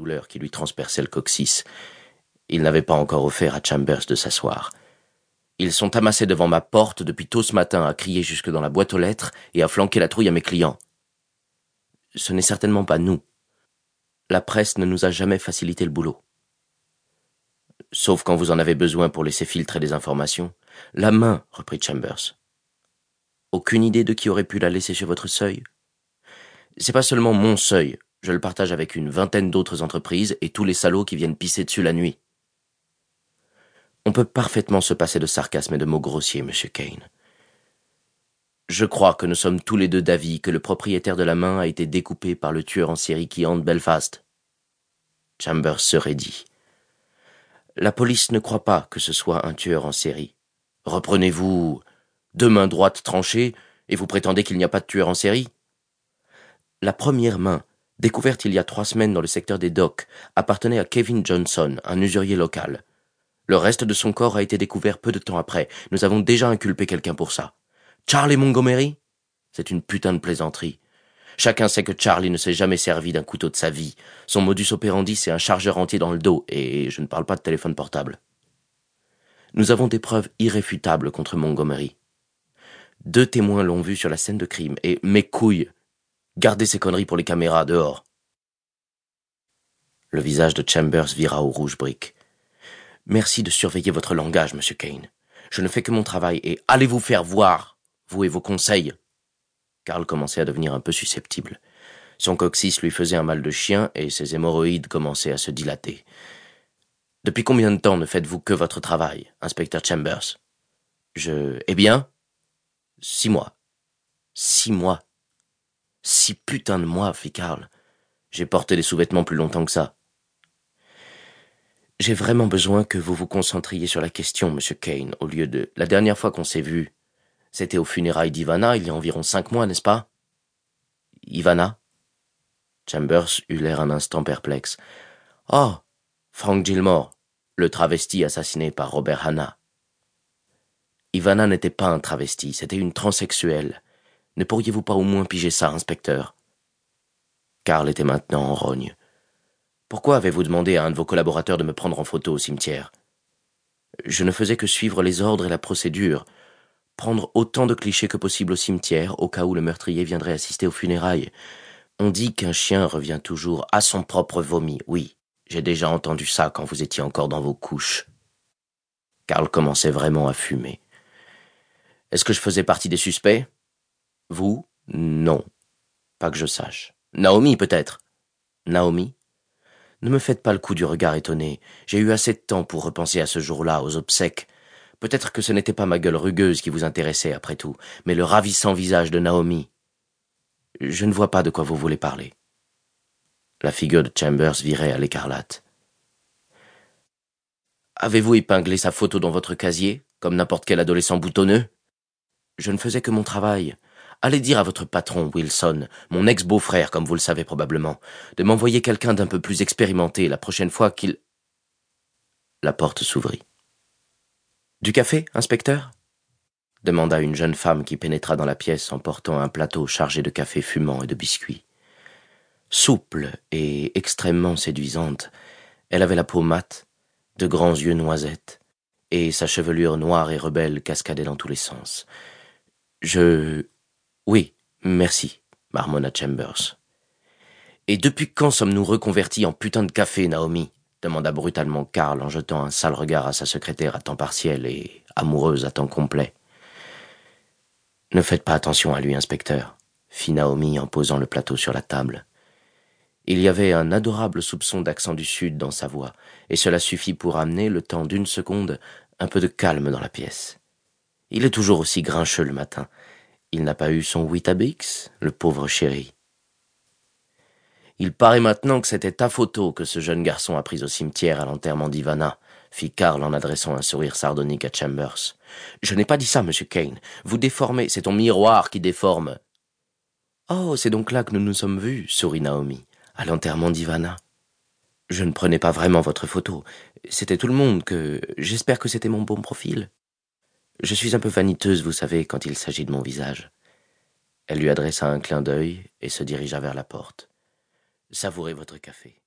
douleur qui lui transperçait le coccyx. Il n'avait pas encore offert à Chambers de s'asseoir. Ils sont amassés devant ma porte depuis tôt ce matin à crier jusque dans la boîte aux lettres et à flanquer la trouille à mes clients. Ce n'est certainement pas nous. La presse ne nous a jamais facilité le boulot. Sauf quand vous en avez besoin pour laisser filtrer des informations. La main, reprit Chambers. Aucune idée de qui aurait pu la laisser sur votre seuil? C'est pas seulement mon seuil. Je le partage avec une vingtaine d'autres entreprises et tous les salauds qui viennent pisser dessus la nuit. On peut parfaitement se passer de sarcasme et de mots grossiers, Monsieur Kane. Je crois que nous sommes tous les deux d'avis que le propriétaire de la main a été découpé par le tueur en série qui hante Belfast. Chambers se raidit. La police ne croit pas que ce soit un tueur en série. Reprenez-vous 2 mains droites tranchées et vous prétendez qu'il n'y a pas de tueur en série? La première main, découverte il y a 3 semaines dans le secteur des docks, appartenait à Kevin Johnson, un usurier local. Le reste de son corps a été découvert peu de temps après. Nous avons déjà inculpé quelqu'un pour ça. Charlie Montgomery? C'est une putain de plaisanterie. Chacun sait que Charlie ne s'est jamais servi d'un couteau de sa vie. Son modus operandi, c'est un chargeur entier dans le dos, et je ne parle pas de téléphone portable. Nous avons des preuves irréfutables contre Montgomery. 2 témoins l'ont vu sur la scène de crime, et mes couilles! Gardez ces conneries pour les caméras, dehors. Le visage de Chambers vira au rouge brique. Merci de surveiller votre langage, Monsieur Kane. Je ne fais que mon travail, et allez vous faire voir, vous et vos conseils. Carl commençait à devenir un peu susceptible. Son coccyx lui faisait un mal de chien, et ses hémorroïdes commençaient à se dilater. Depuis combien de temps ne faites-vous que votre travail, inspecteur Chambers? Eh bien? 6 mois. 6 mois. 6 putains de mois, fit Carl. J'ai porté des sous-vêtements plus longtemps que ça. J'ai vraiment besoin que vous vous concentriez sur la question, Monsieur Kane, au lieu de... La dernière fois qu'on s'est vu, c'était aux funérailles d'Ivana, il y a environ 5 mois, n'est-ce pas? Ivana? Chambers eut l'air un instant perplexe. Oh, Frank Gilmore, le travesti assassiné par Robert Hanna. Ivana n'était pas un travesti, c'était une transsexuelle. Ne pourriez-vous pas au moins piger ça, inspecteur? Carl était maintenant en rogne. Pourquoi avez-vous demandé à un de vos collaborateurs de me prendre en photo au cimetière? Je ne faisais que suivre les ordres et la procédure. Prendre autant de clichés que possible au cimetière, au cas où le meurtrier viendrait assister aux funérailles. On dit qu'un chien revient toujours à son propre vomi. Oui, j'ai déjà entendu ça quand vous étiez encore dans vos couches. Carl commençait vraiment à fumer. Est-ce que je faisais partie des suspects? Vous? Non. Pas que je sache. Naomi, peut-être. Naomi? Ne me faites pas le coup du regard étonné. J'ai eu assez de temps pour repenser à ce jour-là, aux obsèques. Peut-être que ce n'était pas ma gueule rugueuse qui vous intéressait, après tout, mais le ravissant visage de Naomi. Je ne vois pas de quoi vous voulez parler. La figure de Chambers virait à l'écarlate. Avez-vous épinglé sa photo dans votre casier, comme n'importe quel adolescent boutonneux? Je ne faisais que mon travail. Allez dire à votre patron, Wilson, mon ex-beau-frère, comme vous le savez probablement, de m'envoyer quelqu'un d'un peu plus expérimenté la prochaine fois qu'il... La porte s'ouvrit. Du café, inspecteur? Demanda une jeune femme qui pénétra dans la pièce en portant un plateau chargé de café fumant et de biscuits. Souple et extrêmement séduisante, elle avait la peau mate, de grands yeux noisettes, et sa chevelure noire et rebelle cascadait dans tous les sens. Oui, merci, marmonna Chambers. Et depuis quand sommes-nous reconvertis en putain de café, Naomi? Demanda brutalement Carl en jetant un sale regard à sa secrétaire à temps partiel et amoureuse à temps complet. Ne faites pas attention à lui, inspecteur, fit Naomi en posant le plateau sur la table. Il y avait un adorable soupçon d'accent du Sud dans sa voix, et cela suffit pour amener, le temps d'1 seconde, un peu de calme dans la pièce. Il est toujours aussi grincheux le matin. Il n'a pas eu son Weetabix, le pauvre chéri. Il paraît maintenant que c'était ta photo que ce jeune garçon a prise au cimetière à l'enterrement d'Ivana, fit Carl en adressant un sourire sardonique à Chambers. Je n'ai pas dit ça, Monsieur Kane. Vous déformez, c'est ton miroir qui déforme. Oh, c'est donc là que nous nous sommes vus, sourit Naomi, à l'enterrement d'Ivana. Je ne prenais pas vraiment votre photo. C'était tout le monde que... J'espère que c'était mon bon profil. Je suis un peu vaniteuse, vous savez, quand il s'agit de mon visage. Elle lui adressa un clin d'œil et se dirigea vers la porte. Savourez votre café.